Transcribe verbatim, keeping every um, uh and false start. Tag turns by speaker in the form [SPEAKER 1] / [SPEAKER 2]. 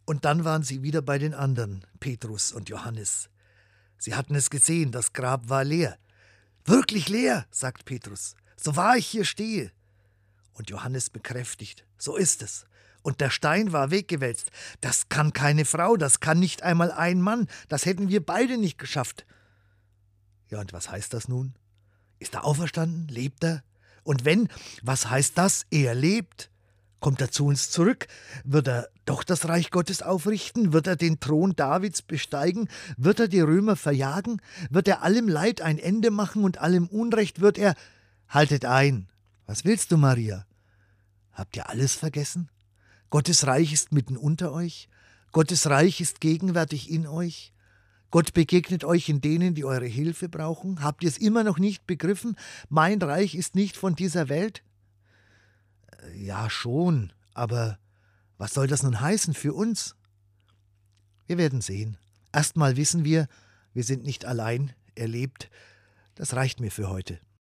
[SPEAKER 1] Und dann waren sie wieder bei den anderen, Petrus und Johannes. Sie hatten es gesehen, das Grab war leer. »Wirklich leer«, sagt Petrus, »so wahr ich hier stehe.« Und Johannes bekräftigt, »so ist es. Und der Stein war weggewälzt. Das kann keine Frau, das kann nicht einmal ein Mann, das hätten wir beide nicht geschafft.« Ja, und was heißt das nun? Ist er auferstanden? Lebt er? Und wenn, was heißt das? Er lebt. Kommt er zu uns zurück? Wird er doch das Reich Gottes aufrichten? Wird er den Thron Davids besteigen? Wird er die Römer verjagen? Wird er allem Leid ein Ende machen und allem Unrecht wird er... Haltet ein! Was willst du, Maria? Habt ihr alles vergessen? Gottes Reich ist mitten unter euch. Gottes Reich ist gegenwärtig in euch. Gott begegnet euch in denen, die eure Hilfe brauchen. Habt ihr es immer noch nicht begriffen? Mein Reich ist nicht von dieser Welt. Ja, schon, aber was soll das nun heißen für uns? Wir werden sehen. Erstmal wissen wir, wir sind nicht allein. Er lebt. Das reicht mir für heute.